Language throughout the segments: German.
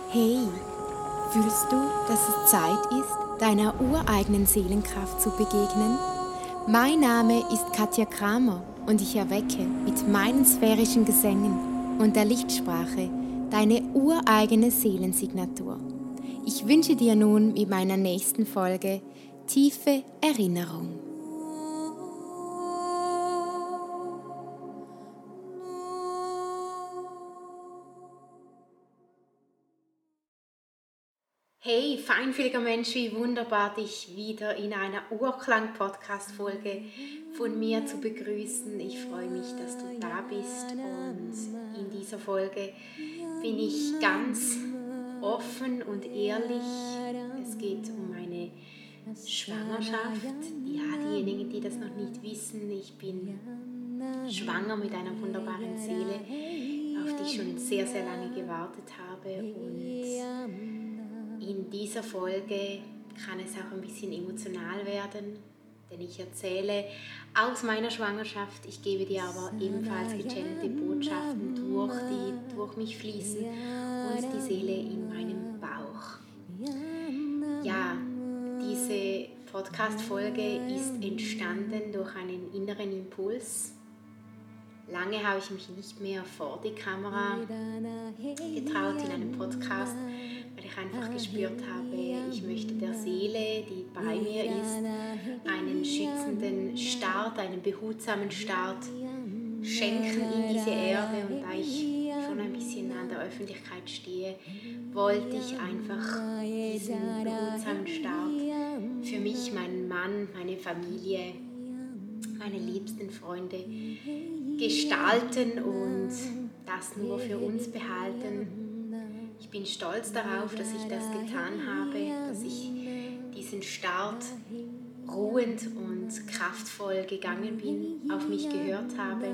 Hey, fühlst du, dass es Zeit ist, deiner ureigenen Seelenkraft zu begegnen? Mein Name ist Katja Kramer und ich erwecke mit meinen sphärischen Gesängen und der Lichtsprache deine ureigene Seelensignatur. Ich wünsche dir nun mit meiner nächsten Folge tiefe Erinnerung. Hey, feinfühliger Mensch, wie wunderbar, dich wieder in einer Urklang-Podcast-Folge von mir zu begrüßen. Ich freue mich, dass du da bist und in dieser Folge bin ich ganz offen und ehrlich. Es geht um meine Schwangerschaft. Ja, diejenigen, die das noch nicht wissen, ich bin schwanger mit einer wunderbaren Seele, auf die ich schon sehr, sehr lange gewartet habe, und in dieser Folge kann es auch ein bisschen emotional werden, denn ich erzähle aus meiner Schwangerschaft. Ich gebe dir aber ebenfalls gechannelte Botschaften durch, die durch mich fließen und die Seele in meinem Bauch. Ja, diese Podcast-Folge ist entstanden durch einen inneren Impuls. Lange habe ich mich nicht mehr vor die Kamera getraut in einem Podcast, weil ich einfach gespürt habe, ich möchte der Seele, die bei mir ist, einen schützenden Start, einen behutsamen Start schenken in diese Erde. Und da ich schon ein bisschen an der Öffentlichkeit stehe, wollte ich einfach diesen behutsamen Start für mich, meinen Mann, meine Familie, meine liebsten Freunde gestalten und das nur für uns behalten. Ich bin stolz darauf, dass ich das getan habe, dass ich diesen Start ruhend und kraftvoll gegangen bin, auf mich gehört habe.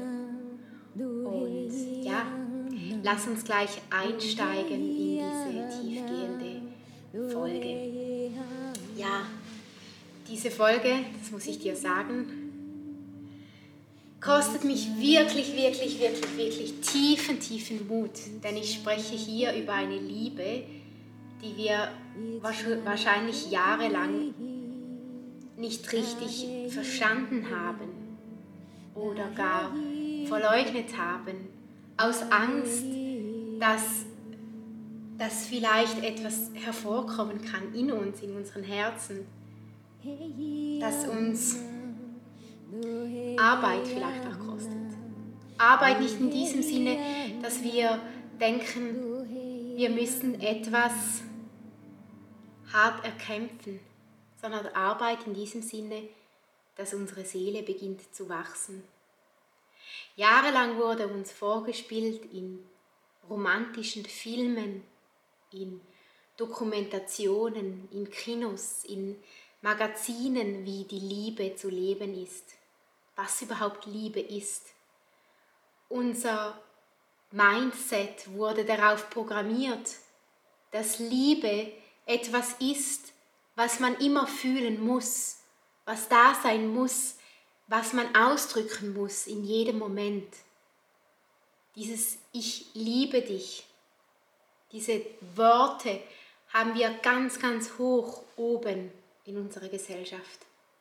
Und ja, lass uns gleich einsteigen in diese tiefgehende Folge. Ja, diese Folge, das muss ich dir sagen, kostet mich wirklich tiefen Mut, denn ich spreche hier über eine Liebe, die wir wahrscheinlich jahrelang nicht richtig verstanden haben oder gar verleugnet haben, aus Angst, dass vielleicht etwas hervorkommen kann in uns, in unseren Herzen, das uns Arbeit vielleicht auch kostet. Arbeit nicht in diesem Sinne, dass wir denken, wir müssen etwas hart erkämpfen, sondern Arbeit in diesem Sinne, dass unsere Seele beginnt zu wachsen. Jahrelang wurde uns vorgespielt in romantischen Filmen, in Dokumentationen, in Kinos, in Magazinen, wie die Liebe zu leben ist, was überhaupt Liebe ist. Unser Mindset wurde darauf programmiert, dass Liebe etwas ist, was man immer fühlen muss, was da sein muss, was man ausdrücken muss in jedem Moment. Dieses Ich liebe dich, diese Worte haben wir ganz hoch oben in unserer Gesellschaft.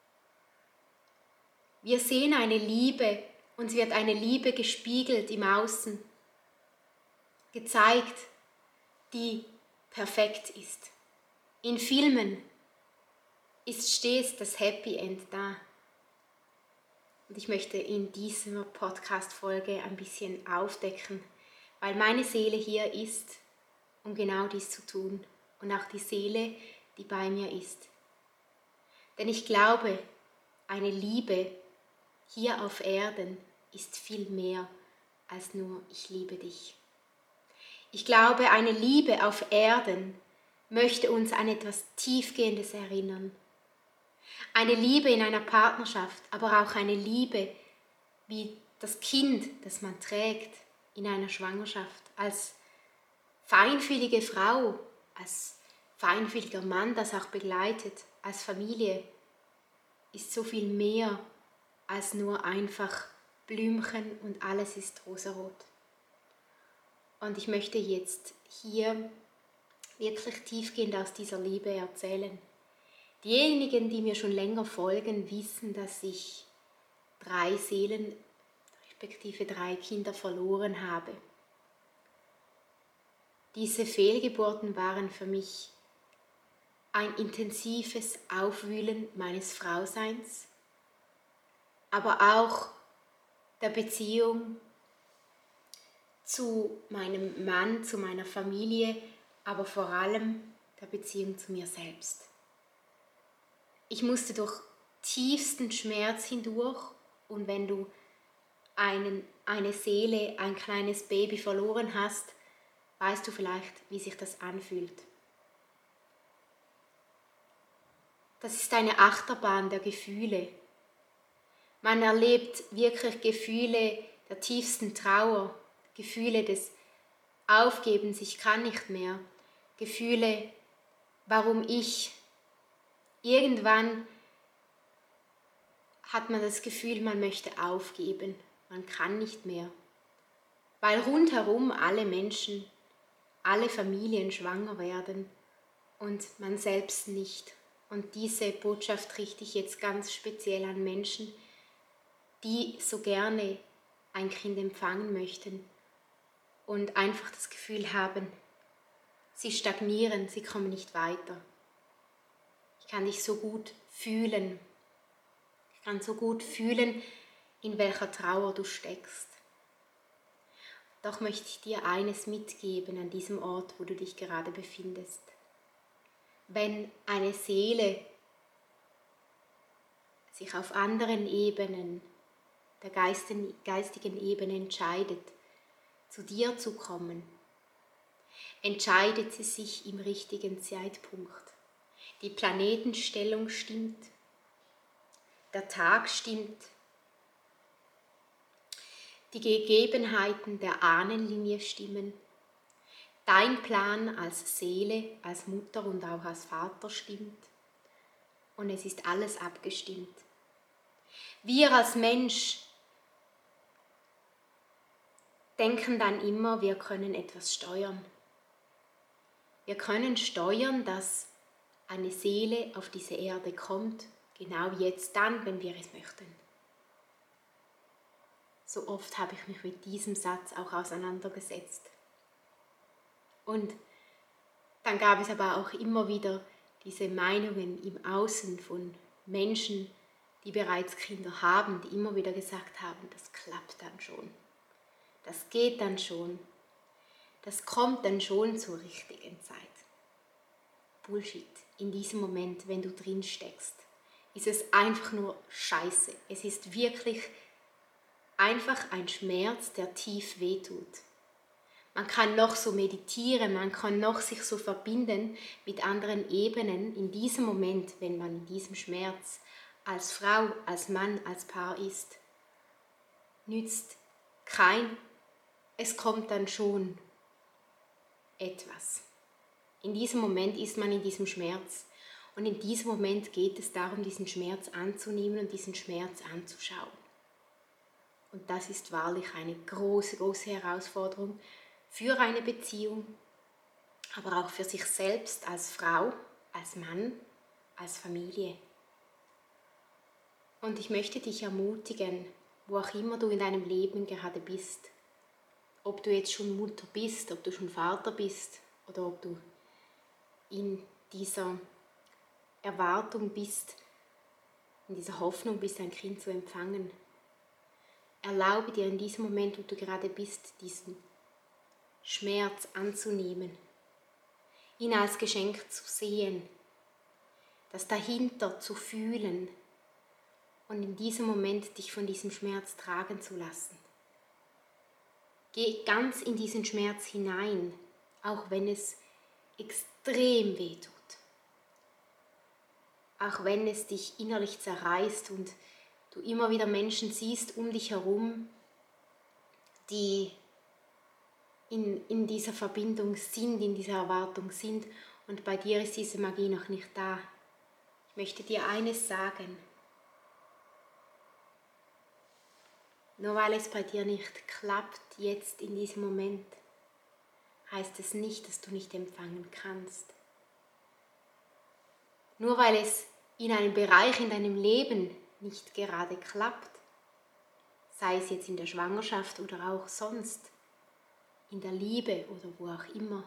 Wir sehen eine Liebe, uns wird eine Liebe gespiegelt im Außen, gezeigt, die perfekt ist. In Filmen ist stets das Happy End da. Und ich möchte in dieser Podcast-Folge ein bisschen aufdecken, weil meine Seele hier ist, um genau dies zu tun. Und auch die Seele, die bei mir ist. Denn ich glaube, eine Liebe hier auf Erden ist viel mehr als nur ich liebe dich. Ich glaube, eine Liebe auf Erden möchte uns an etwas Tiefgehendes erinnern. Eine Liebe in einer Partnerschaft, aber auch eine Liebe wie das Kind, das man trägt in einer Schwangerschaft, als feinfühlige Frau, als feinfühliger Mann, das auch begleitet, als Familie, ist so viel mehr als nur einfach Blümchen und alles ist rosarot. Und ich möchte jetzt hier wirklich tiefgehend aus dieser Liebe erzählen. Diejenigen, die mir schon länger folgen, wissen, dass ich 3 Seelen, respektive 3 Kinder verloren habe. Diese Fehlgeburten waren für mich ein intensives Aufwühlen meines Frauseins, aber auch der Beziehung zu meinem Mann, zu meiner Familie, aber vor allem der Beziehung zu mir selbst. Ich musste durch tiefsten Schmerz hindurch, und wenn du eine Seele, ein kleines Baby verloren hast, weißt du vielleicht, wie sich das anfühlt. Das ist eine Achterbahn der Gefühle. Man erlebt wirklich Gefühle der tiefsten Trauer, Gefühle des Aufgebens, ich kann nicht mehr, Gefühle, warum ich. Irgendwann hat man das Gefühl, man möchte aufgeben, man kann nicht mehr, weil rundherum alle Menschen, alle Familien schwanger werden und man selbst nicht. Und diese Botschaft richte ich jetzt ganz speziell an Menschen, die so gerne ein Kind empfangen möchten und einfach das Gefühl haben, sie stagnieren, sie kommen nicht weiter. Ich kann dich so gut fühlen. Ich kann so gut fühlen, in welcher Trauer du steckst. Doch möchte ich dir eines mitgeben an diesem Ort, wo du dich gerade befindest. Wenn eine Seele sich auf anderen Ebenen, der geistigen Ebene entscheidet, zu dir zu kommen, entscheidet sie sich im richtigen Zeitpunkt. Die Planetenstellung stimmt, der Tag stimmt, die Gegebenheiten der Ahnenlinie stimmen, dein Plan als Seele, als Mutter und auch als Vater stimmt und es ist alles abgestimmt. Wir als Mensch denken dann immer, wir können etwas steuern. Wir können steuern, dass eine Seele auf diese Erde kommt, genau jetzt dann, wenn wir es möchten. So oft habe ich mich mit diesem Satz auch auseinandergesetzt. Und dann gab es aber auch immer wieder diese Meinungen im Außen von Menschen, die bereits Kinder haben, die immer wieder gesagt haben, das klappt dann schon, das geht dann schon, das kommt dann schon zur richtigen Zeit. Bullshit. In diesem Moment, wenn du drin steckst, ist es einfach nur Scheiße. Es ist wirklich einfach ein Schmerz, der tief wehtut. Man kann noch so meditieren, man kann noch sich so verbinden mit anderen Ebenen. In diesem Moment, wenn man in diesem Schmerz als Frau, als Mann, als Paar ist, nützt kein, es kommt dann schon etwas. In diesem Moment ist man in diesem Schmerz und in diesem Moment geht es darum, diesen Schmerz anzunehmen und diesen Schmerz anzuschauen. Und das ist wahrlich eine große, große Herausforderung für eine Beziehung, aber auch für sich selbst als Frau, als Mann, als Familie. Und ich möchte dich ermutigen, wo auch immer du in deinem Leben gerade bist, ob du jetzt schon Mutter bist, ob du schon Vater bist oder ob du in dieser Erwartung bist, in dieser Hoffnung bist, ein Kind zu empfangen. Erlaube dir in diesem Moment, wo du gerade bist, diesen Schmerz anzunehmen, ihn als Geschenk zu sehen, das dahinter zu fühlen und in diesem Moment dich von diesem Schmerz tragen zu lassen. Geh ganz in diesen Schmerz hinein, auch wenn es extrem wehtut. Auch wenn es dich innerlich zerreißt und du immer wieder Menschen siehst um dich herum, die in dieser Verbindung sind, in dieser Erwartung sind und bei dir ist diese Magie noch nicht da. Ich möchte dir eines sagen. Nur weil es bei dir nicht klappt, jetzt in diesem Moment, heißt es nicht, dass du nicht empfangen kannst. Nur weil es in einem Bereich in deinem Leben nicht gerade klappt, sei es jetzt in der Schwangerschaft oder auch sonst, in der Liebe oder wo auch immer.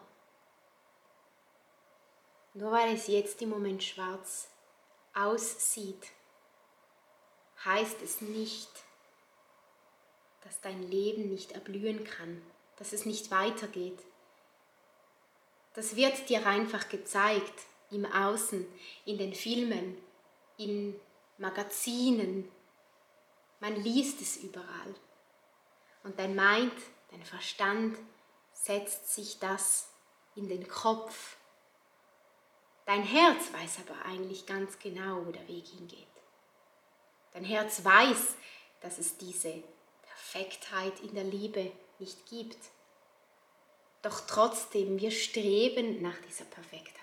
Nur weil es jetzt im Moment schwarz aussieht, heißt es nicht, dass dein Leben nicht erblühen kann, dass es nicht weitergeht. Das wird dir einfach gezeigt im Außen, in den Filmen, in Magazinen. Man liest es überall. Und dein Mind, dein Verstand setzt sich das in den Kopf. Dein Herz weiß aber eigentlich ganz genau, wo der Weg hingeht. Dein Herz weiß, dass es diese Perfektheit in der Liebe nicht gibt. Doch trotzdem, wir streben nach dieser Perfektheit.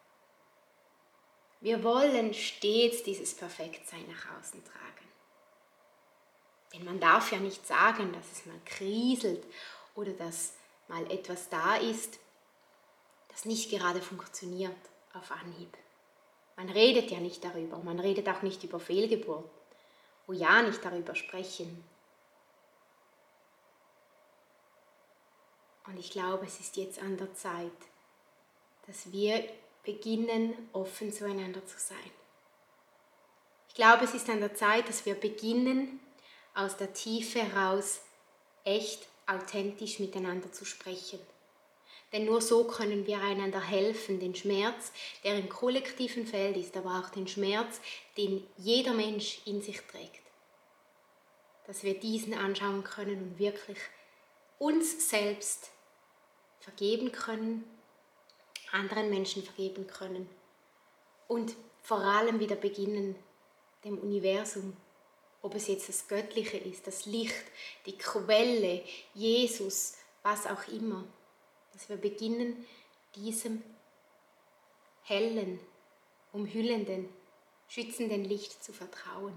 Wir wollen stets dieses Perfektsein nach außen tragen. Denn man darf ja nicht sagen, dass es mal kriselt oder dass mal etwas da ist, das nicht gerade funktioniert auf Anhieb. Man redet ja nicht darüber, man redet auch nicht über Fehlgeburten, wo ja nicht darüber sprechen. Und ich glaube, es ist jetzt an der Zeit, dass wir beginnen, offen zueinander zu sein. Ich glaube, es ist an der Zeit, dass wir beginnen, aus der Tiefe heraus echt, authentisch miteinander zu sprechen. Denn nur so können wir einander helfen, den Schmerz, der im kollektiven Feld ist, aber auch den Schmerz, den jeder Mensch in sich trägt. Dass wir diesen anschauen können und wirklich uns selbst vergeben können, anderen Menschen vergeben können und vor allem wieder beginnen, dem Universum, ob es jetzt das Göttliche ist, das Licht, die Quelle, Jesus, was auch immer, dass wir beginnen, diesem hellen, umhüllenden, schützenden Licht zu vertrauen.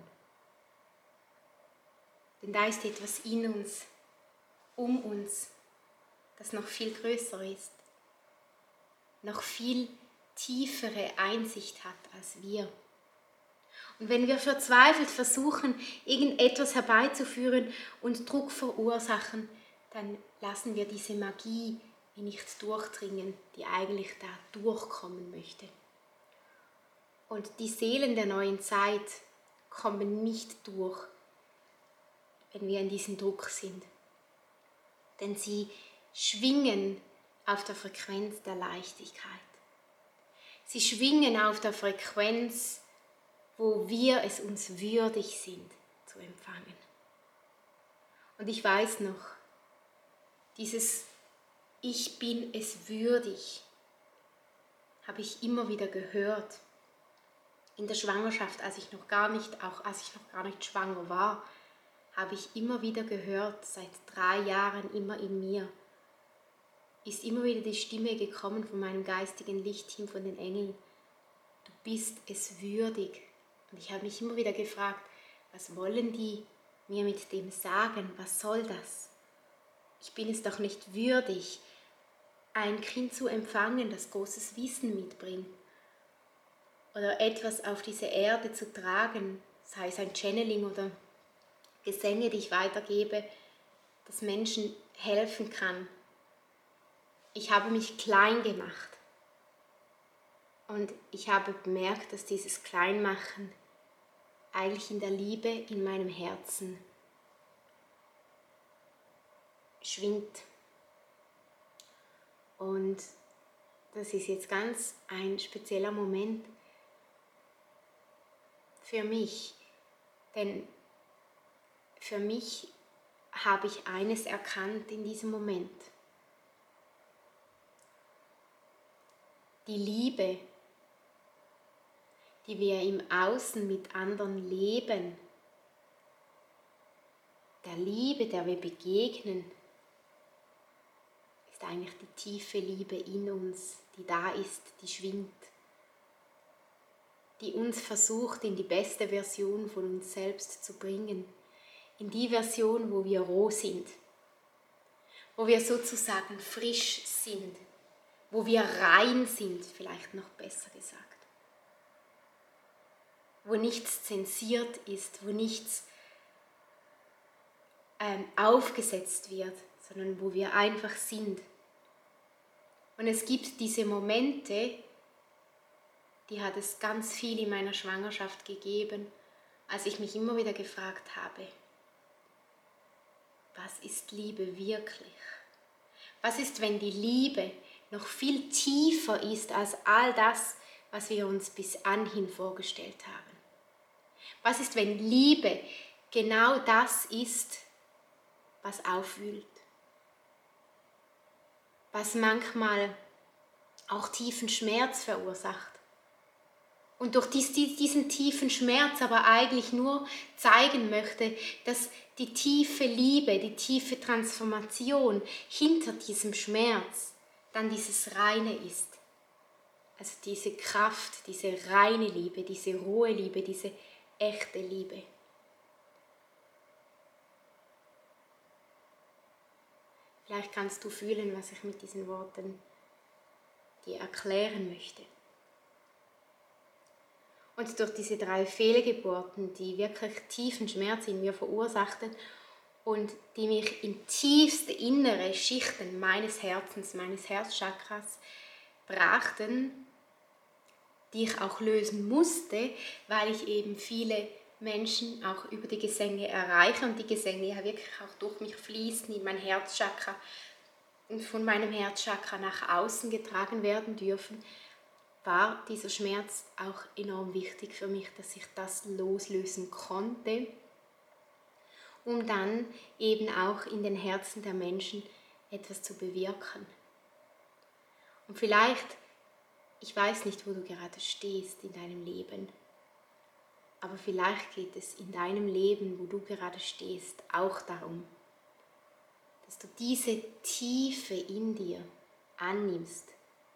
Denn da ist etwas in uns, um uns, das noch viel größer ist, noch viel tiefere Einsicht hat als wir. Und wenn wir verzweifelt versuchen, irgendetwas herbeizuführen und Druck verursachen, dann lassen wir diese Magie wie nicht durchdringen, die eigentlich da durchkommen möchte. Und die Seelen der neuen Zeit kommen nicht durch, wenn wir in diesem Druck sind. Denn sie schwingen auf der Frequenz der Leichtigkeit. Sie schwingen auf der Frequenz, wo wir es uns würdig sind zu empfangen. Und ich weiß noch, dieses Ich bin es würdig, habe ich immer wieder gehört. In der Schwangerschaft, als ich noch gar nicht schwanger war, habe ich immer wieder gehört, seit 3 Jahren immer in mir, ist immer wieder die Stimme gekommen von meinem geistigen Lichtteam, von den Engeln. Du bist es würdig. Und ich habe mich immer wieder gefragt, was wollen die mir mit dem sagen? Was soll das? Ich bin es doch nicht würdig, ein Kind zu empfangen, das großes Wissen mitbringt. Oder etwas auf diese Erde zu tragen, sei es ein Channeling oder Gesänge, die ich weitergebe, das Menschen helfen kann. Ich habe mich klein gemacht. Und ich habe bemerkt, dass dieses Kleinmachen eigentlich in der Liebe in meinem Herzen schwingt. Und das ist jetzt ganz ein spezieller Moment für mich, denn für mich habe ich eines erkannt in diesem Moment. Die Liebe, die wir im Außen mit anderen leben, der Liebe, der wir begegnen, ist eigentlich die tiefe Liebe in uns, die da ist, die schwingt, die uns versucht, in die beste Version von uns selbst zu bringen, in die Version, wo wir roh sind, wo wir sozusagen frisch sind, wo wir rein sind, vielleicht noch besser gesagt, wo nichts zensiert ist, wo nichts aufgesetzt wird, sondern wo wir einfach sind. Und es gibt diese Momente, die hat es ganz viel in meiner Schwangerschaft gegeben, als ich mich immer wieder gefragt habe, was ist Liebe wirklich? Was ist, wenn die Liebe noch viel tiefer ist als all das, was wir uns bis anhin vorgestellt haben? Was ist, wenn Liebe genau das ist, was aufwühlt? Was manchmal auch tiefen Schmerz verursacht. Und durch diesen tiefen Schmerz aber eigentlich nur zeigen möchte, dass die tiefe Liebe, die tiefe Transformation hinter diesem Schmerz dann dieses Reine ist. Also diese Kraft, diese reine Liebe, diese rohe Liebe, diese echte Liebe. Vielleicht kannst du fühlen, was ich mit diesen Worten dir erklären möchte. Und durch diese 3 Fehlgeburten, die wirklich tiefen Schmerz in mir verursachten und die mich in tiefste innere Schichten meines Herzens, meines Herzchakras brachten, die ich auch lösen musste, weil ich eben viele Menschen auch über die Gesänge erreiche und die Gesänge ja wirklich auch durch mich fließen in mein Herzchakra und von meinem Herzchakra nach außen getragen werden dürfen, war dieser Schmerz auch enorm wichtig für mich, dass ich das loslösen konnte, um dann eben auch in den Herzen der Menschen etwas zu bewirken. Und vielleicht, ich weiß nicht, wo du gerade stehst in deinem Leben, aber vielleicht geht es in deinem Leben, wo du gerade stehst, auch darum, dass du diese Tiefe in dir annimmst,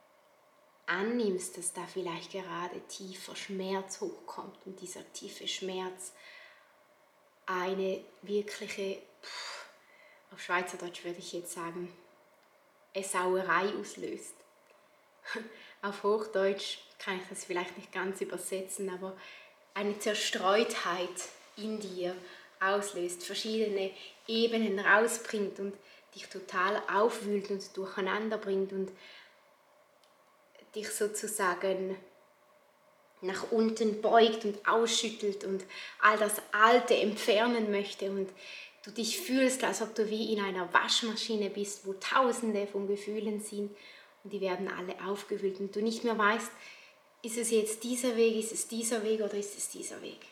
dass da vielleicht gerade tiefer Schmerz hochkommt und dieser tiefe Schmerz eine wirkliche, auf Schweizerdeutsch würde ich jetzt sagen, eine Sauerei auslöst. Auf Hochdeutsch kann ich das vielleicht nicht ganz übersetzen, aber eine Zerstreutheit in dir auslöst, verschiedene Ebenen rausbringt und dich total aufwühlt und durcheinander bringt und dich sozusagen nach unten beugt und ausschüttelt und all das Alte entfernen möchte und du dich fühlst, als ob du wie in einer Waschmaschine bist, wo Tausende von Gefühlen sind und die werden alle aufgewühlt und du nicht mehr weißt, ist es jetzt dieser Weg, ist es dieser Weg oder ist es dieser Weg?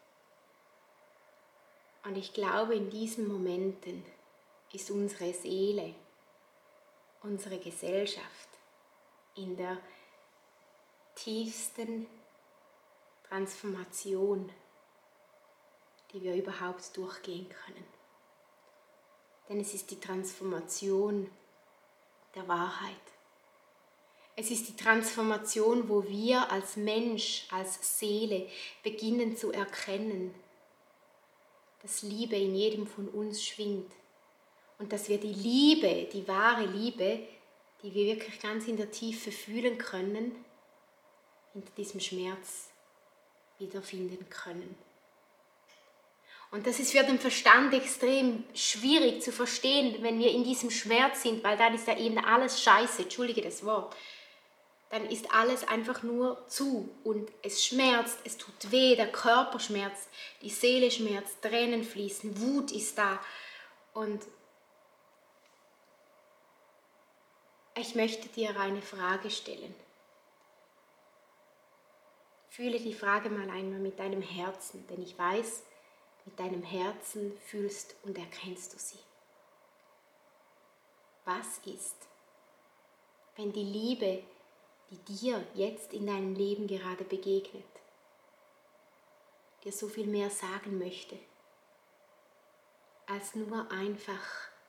Und ich glaube, in diesen Momenten ist unsere Seele, unsere Gesellschaft in der tiefsten Transformation, die wir überhaupt durchgehen können. Denn es ist die Transformation der Wahrheit. Es ist die Transformation, wo wir als Mensch, als Seele beginnen zu erkennen, dass Liebe in jedem von uns schwingt und dass wir die Liebe, die wahre Liebe, die wir wirklich ganz in der Tiefe fühlen können, hinter diesem Schmerz wiederfinden können. Und das ist für den Verstand extrem schwierig zu verstehen, wenn wir in diesem Schmerz sind, weil dann ist ja eben alles scheiße, entschuldige das Wort. Dann ist alles einfach nur zu und es schmerzt, es tut weh, der Körper schmerzt, die Seele schmerzt, Tränen fließen, Wut ist da. Und ich möchte dir eine Frage stellen. Fühle die Frage mal einmal mit deinem Herzen, denn ich weiß, mit deinem Herzen fühlst und erkennst du sie. Was ist, wenn die Liebe, die dir jetzt in deinem Leben gerade begegnet, dir so viel mehr sagen möchte, als nur einfach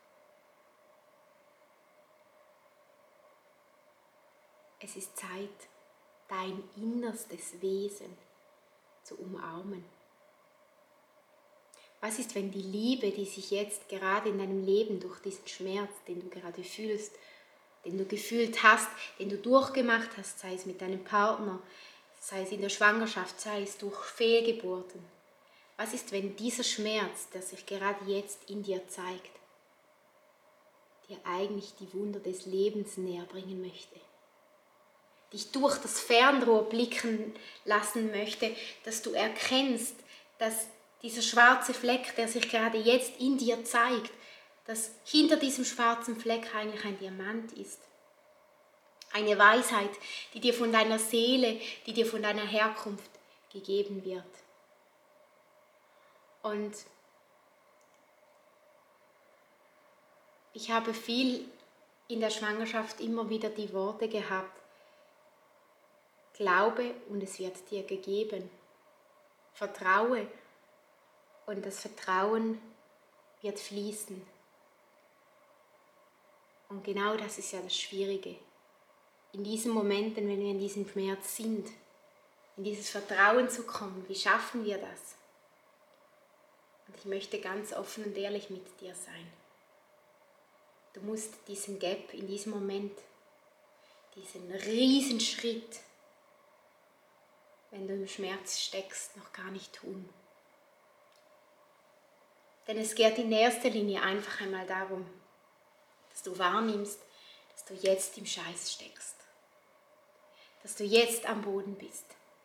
es ist Zeit, dein innerstes Wesen zu umarmen. Was ist, wenn die Liebe, die sich jetzt gerade in deinem Leben durch diesen Schmerz, den du gerade fühlst, den du gefühlt hast, den du durchgemacht hast, sei es mit deinem Partner, sei es in der Schwangerschaft, sei es durch Fehlgeburten. Was ist, wenn dieser Schmerz, der sich gerade jetzt in dir zeigt, dir eigentlich die Wunder des Lebens näher bringen möchte? Dich durch das Fernrohr blicken lassen möchte, dass du erkennst, dass dieser schwarze Fleck, der sich gerade jetzt in dir zeigt, dass hinter diesem schwarzen Fleck eigentlich ein Diamant ist. Eine Weisheit, die dir von deiner Seele, die dir von deiner Herkunft gegeben wird. Und ich habe viel in der Schwangerschaft immer wieder die Worte gehabt: Glaube und es wird dir gegeben. Vertraue und das Vertrauen wird fließen. Und genau das ist ja das Schwierige. In diesen Momenten, wenn wir in diesem Schmerz sind, in dieses Vertrauen zu kommen, wie schaffen wir das? Und ich möchte ganz offen und ehrlich mit dir sein. Du musst diesen Gap in diesem Moment, diesen Riesenschritt, wenn du im Schmerz steckst, noch gar nicht tun. Denn es geht in erster Linie einfach einmal darum, dass du wahrnimmst, dass du jetzt im Scheiß steckst. Dass du jetzt am Boden bist.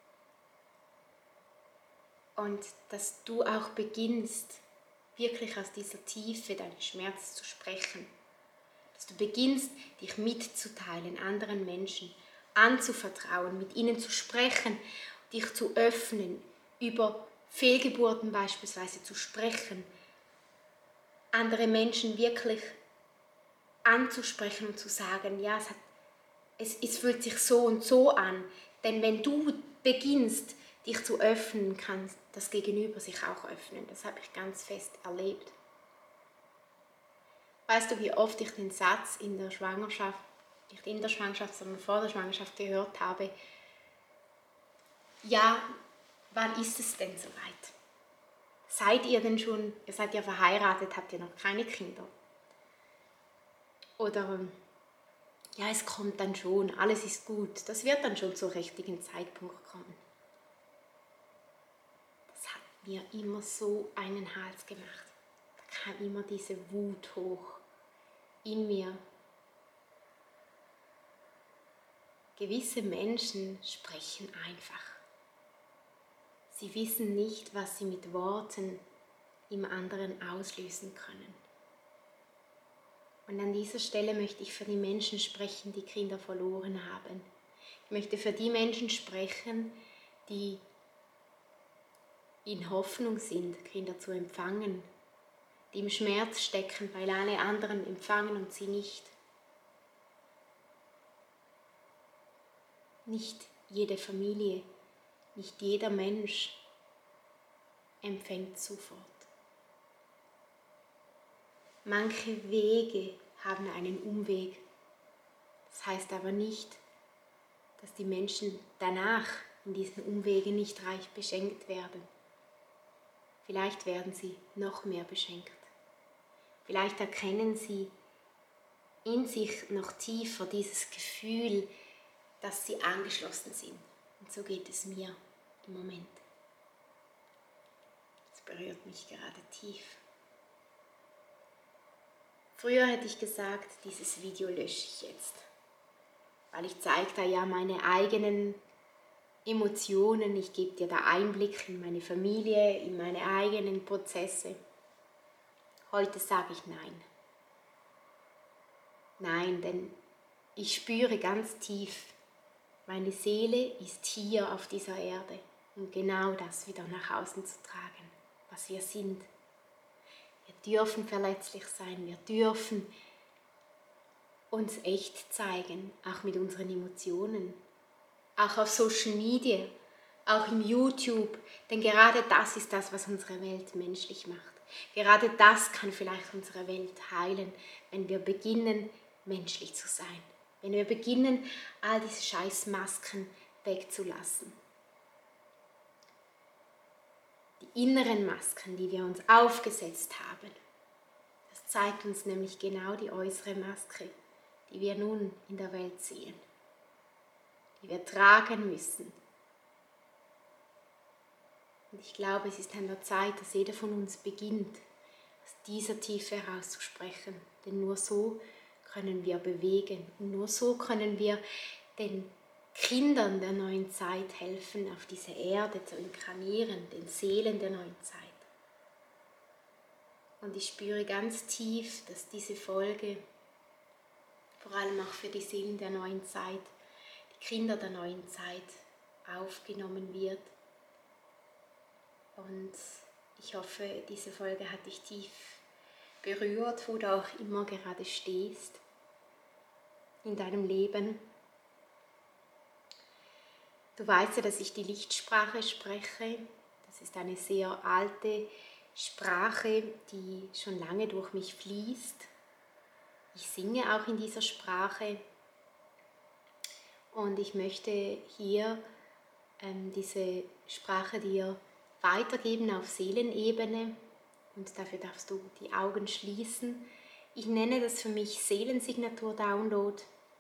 Und dass du auch beginnst, wirklich aus dieser Tiefe deinen Schmerz zu sprechen. Dass du beginnst, dich mitzuteilen, anderen Menschen anzuvertrauen, mit ihnen zu sprechen, dich zu öffnen, über Fehlgeburten beispielsweise zu sprechen, andere Menschen wirklich anzusprechen und zu sagen, ja, es fühlt sich so und so an. Denn wenn du beginnst, dich zu öffnen, kann das Gegenüber sich auch öffnen. Das habe ich ganz fest erlebt. Weißt du, wie oft ich den Satz in der Schwangerschaft, nicht in der Schwangerschaft, sondern vor der Schwangerschaft gehört habe: Ja, wann ist es denn soweit? Seid ihr denn schon, ihr seid ja verheiratet, habt ihr noch keine Kinder? Oder ja, es kommt dann schon, alles ist gut, das wird dann schon zum richtigen Zeitpunkt kommen. Das hat mir immer so einen Hals gemacht. Da kam immer diese Wut hoch in mir. Gewisse Menschen sprechen einfach. Sie wissen nicht, was sie mit Worten im anderen auslösen können. Und an dieser Stelle möchte ich für die Menschen sprechen, die Kinder verloren haben. Ich möchte für die Menschen sprechen, die in Hoffnung sind, Kinder zu empfangen, die im Schmerz stecken, weil alle anderen empfangen und sie nicht. Nicht jede Familie, nicht jeder Mensch empfängt sofort. Manche Wege haben einen Umweg. Das heißt aber nicht, dass die Menschen danach in diesen Umwegen nicht reich beschenkt werden. Vielleicht werden sie noch mehr beschenkt. Vielleicht erkennen sie in sich noch tiefer dieses Gefühl, dass sie angeschlossen sind. Und so geht es mir im Moment. Das berührt mich gerade tief. Früher hätte ich gesagt, dieses Video lösche ich jetzt, weil ich zeige da ja meine eigenen Emotionen, ich gebe dir da Einblick in meine Familie, in meine eigenen Prozesse. Heute sage ich nein. Nein, denn ich spüre ganz tief, meine Seele ist hier auf dieser Erde, um genau das wieder nach außen zu tragen, was wir sind. Wir dürfen verletzlich sein, wir dürfen uns echt zeigen, auch mit unseren Emotionen, auch auf Social Media, auch im YouTube, denn gerade das ist das, was unsere Welt menschlich macht. Gerade das kann vielleicht unsere Welt heilen, wenn wir beginnen, menschlich zu sein, wenn wir beginnen, all diese scheiß Masken wegzulassen. die inneren Masken, die wir uns aufgesetzt haben. Das zeigt uns nämlich genau die äußere Maske, die wir nun in der Welt sehen, die wir tragen müssen. Und ich glaube, es ist an der Zeit, dass jeder von uns beginnt, aus dieser Tiefe herauszusprechen. Denn nur so können wir bewegen und nur so können wir den Kindern der neuen Zeit helfen, auf diese Erde zu inkarnieren, den Seelen der neuen Zeit. Und ich spüre ganz tief, dass diese Folge vor allem auch für die Seelen der neuen Zeit, die Kinder der neuen Zeit aufgenommen wird. Und ich hoffe, diese Folge hat dich tief berührt, wo du auch immer gerade stehst in deinem Leben. Du weißt ja, dass ich die Lichtsprache spreche. Das ist eine sehr alte Sprache, die schon lange durch mich fließt. Ich singe auch in dieser Sprache und ich möchte hier diese Sprache dir weitergeben auf Seelenebene und dafür darfst du die Augen schließen. Ich nenne das für mich Seelensignatur-Download,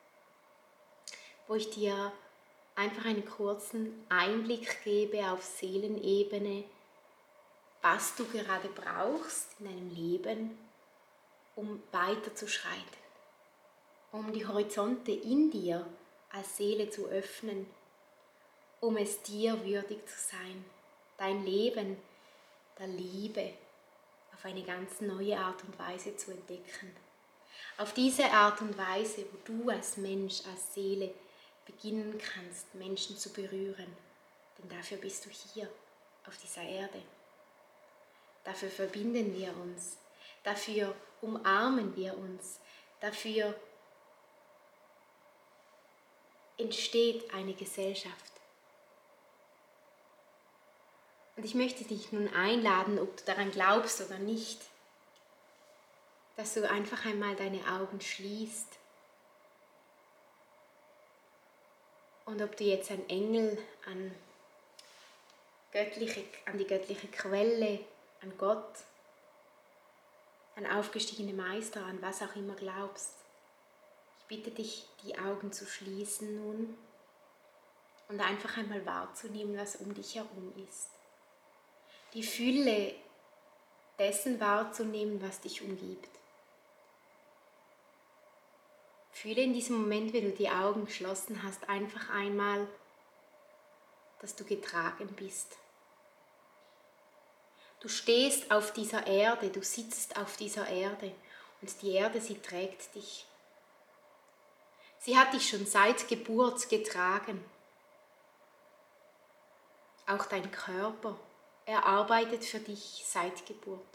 wo ich dir einfach einen kurzen Einblick gebe auf Seelenebene, was du gerade brauchst in deinem Leben, um weiterzuschreiten, um die Horizonte in dir als Seele zu öffnen, um es dir würdig zu sein, dein Leben der Liebe auf eine ganz neue Art und Weise zu entdecken. Auf diese Art und Weise, wo du als Mensch, als Seele beginnen kannst, Menschen zu berühren. Denn dafür bist du hier, auf dieser Erde. Dafür verbinden wir uns. Dafür umarmen wir uns. Dafür entsteht eine Gesellschaft. Und ich möchte dich nun einladen, ob du daran glaubst oder nicht, dass du einfach einmal deine Augen schließt und ob du jetzt an Engel, an die göttliche Quelle, an Gott, an aufgestiegene Meister, an was auch immer glaubst. Ich bitte dich, die Augen zu schließen nun und einfach einmal wahrzunehmen, was um dich herum ist. Die Fülle dessen wahrzunehmen, was dich umgibt. Fühle in diesem Moment, wenn du die Augen geschlossen hast, einfach einmal, dass du getragen bist. Du stehst auf dieser Erde, du sitzt auf dieser Erde und die Erde, sie trägt dich. Sie hat dich schon seit Geburt getragen. Auch dein Körper, er arbeitet für dich seit Geburt.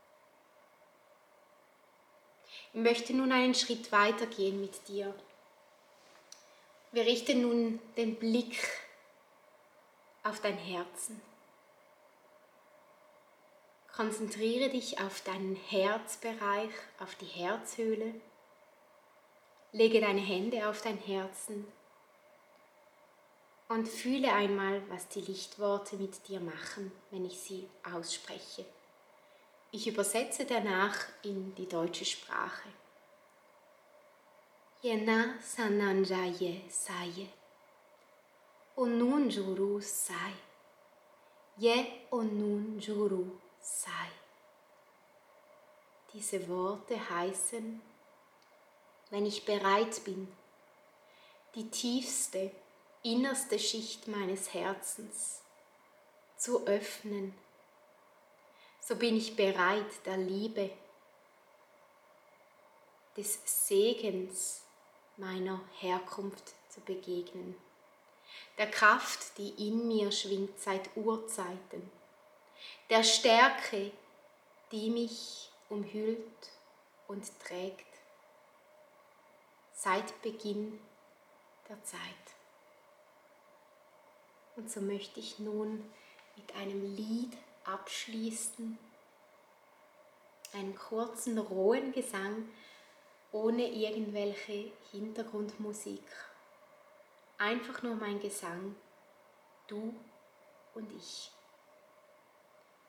Ich möchte nun einen Schritt weitergehen mit dir. Wir richten nun den Blick auf dein Herzen. Konzentriere dich auf deinen Herzbereich, auf die Herzhöhle. Lege deine Hände auf dein Herzen und fühle einmal, was die Lichtworte mit dir machen, wenn ich sie ausspreche. Ich übersetze danach in die deutsche Sprache. Yena sananjaye saye, onun juru sai, ye onun juru sai. Diese Worte heißen, wenn ich bereit bin, die tiefste, innerste Schicht meines Herzens zu öffnen, so bin ich bereit, der Liebe, des Segens meiner Herkunft zu begegnen, der Kraft, die in mir schwingt seit Urzeiten, der Stärke, die mich umhüllt und trägt, seit Beginn der Zeit. Und so möchte ich nun mit einem Lied abschließen, einen kurzen, rohen Gesang, ohne irgendwelche Hintergrundmusik. Einfach nur mein Gesang, du und ich.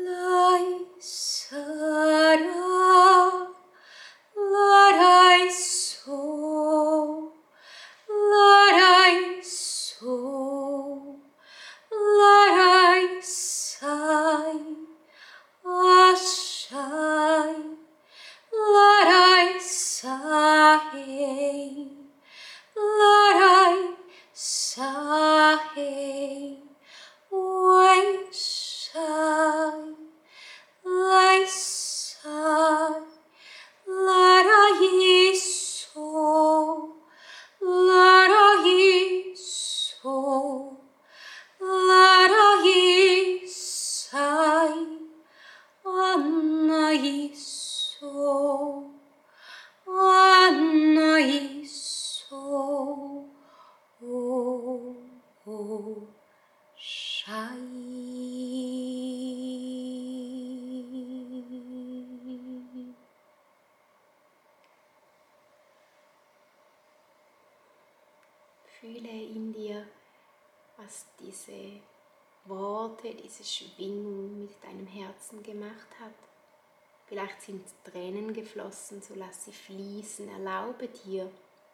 Fühle in dir, was diese Worte, diese Schwingung mit deinem Herzen gemacht hat. Vielleicht sind Tränen geflossen, so lass sie fließen. Erlaube dir,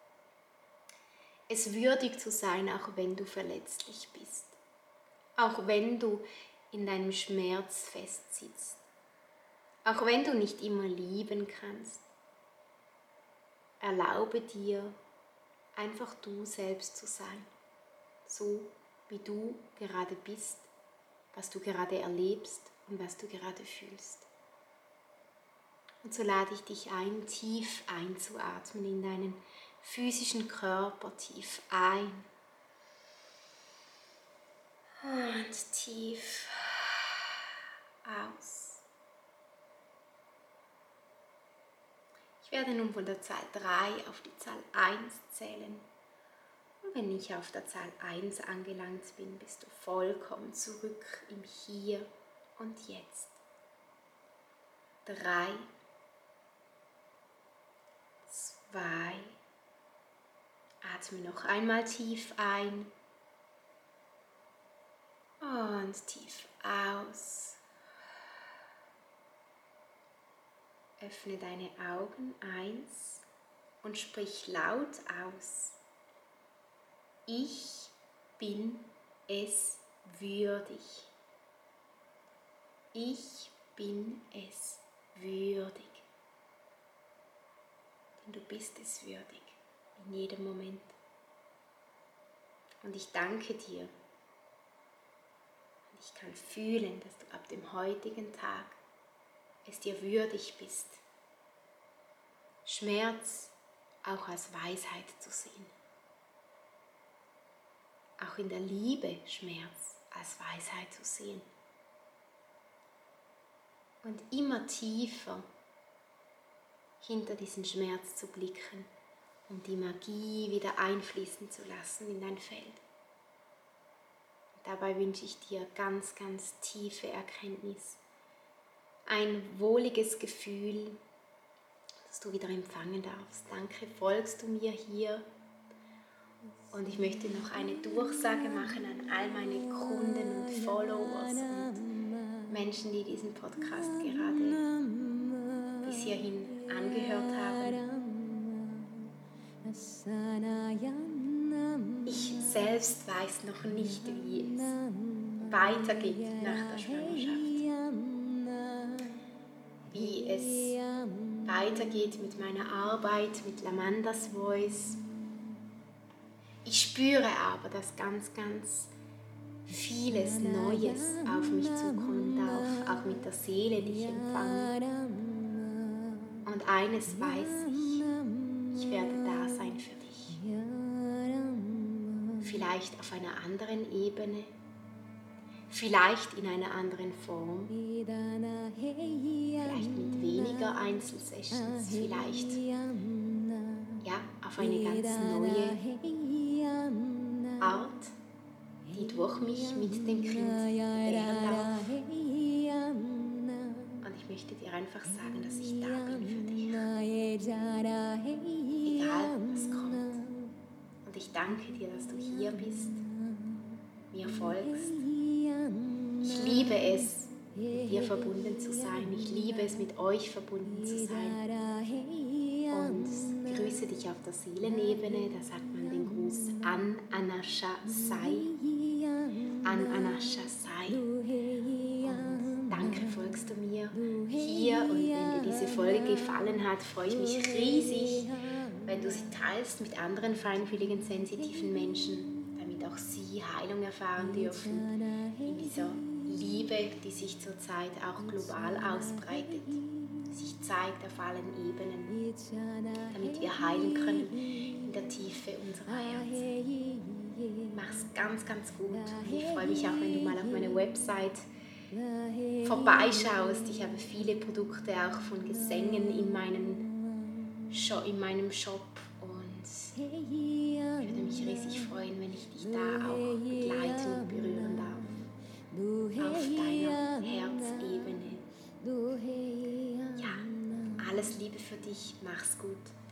es würdig zu sein, auch wenn du verletzlich bist. Auch wenn du in deinem Schmerz festsitzt. Auch wenn du nicht immer lieben kannst. Erlaube dir, einfach du selbst zu sein. So wie du gerade bist, was du gerade erlebst und was du gerade fühlst. Und so lade ich dich ein, tief einzuatmen in deinen physischen Körper, tief ein und tief aus. Ich werde nun von der Zahl 3 auf die Zahl 1 zählen. Und wenn ich auf der Zahl 1 angelangt bin, bist du vollkommen zurück im Hier und Jetzt. 3, 2, atme noch einmal tief ein und tief aus. Öffne deine Augen 1 und sprich laut aus. Ich bin es würdig. Ich bin es würdig. Denn du bist es würdig in jedem Moment. Und ich danke dir. Und ich kann fühlen, dass du ab dem heutigen Tag es dir würdig bist, Schmerz auch als Weisheit zu sehen. Auch in der Liebe Schmerz als Weisheit zu sehen. Und immer tiefer hinter diesen Schmerz zu blicken, um die Magie wieder einfließen zu lassen in dein Feld. Und dabei wünsche ich dir ganz, ganz tiefe Erkenntnis, ein wohliges Gefühl, das du wieder empfangen darfst. Danke, folgst du mir hier. Und ich möchte noch eine Durchsage machen an all meine Kunden und Followers und Menschen, die diesen Podcast gerade bis hierhin angehört haben. Ich selbst weiß noch nicht, wie es weitergeht nach der Schwangerschaft. Wie es weitergeht mit meiner Arbeit, mit Lamandas Voice. Ich spüre aber, dass ganz, ganz vieles Neues auf mich zukommen darf, auch mit der Seele, die ich empfange. Und eines weiß ich werde da sein für dich. Vielleicht auf einer anderen Ebene, vielleicht in einer anderen Form, vielleicht mit weniger Einzelsessions, vielleicht auf eine ganz neue Art, die durch mich mit dem Kind lehren darf. Und ich möchte dir einfach sagen, dass ich da bin für dich. Egal, was kommt. Und ich danke dir, dass du hier bist, mir folgst. Ich liebe es, mit dir verbunden zu sein. Ich liebe es, mit euch verbunden zu sein. Und begrüße dich auf der Seelenebene. Da sagt man den Gruß an Anasha Sai. An Anasha Sai. Und danke, folgst du mir hier. Und wenn dir diese Folge gefallen hat, freue ich mich riesig, wenn du sie teilst mit anderen feinfühligen, sensitiven Menschen, damit auch sie Heilung erfahren dürfen in dieser Liebe, die sich zurzeit auch global ausbreitet, sich zeigt auf allen Ebenen, damit wir heilen können in der Tiefe unserer Herzen. Mach's ganz, ganz gut. Und ich freue mich auch, wenn du mal auf meine Website vorbeischaust. Ich habe viele Produkte auch von Gesängen in meinem Shop und ich würde mich riesig freuen, wenn ich dich da auch begleiten und berühren darf. Auf deiner Herzebene. Ja, alles Liebe für dich. Mach's gut.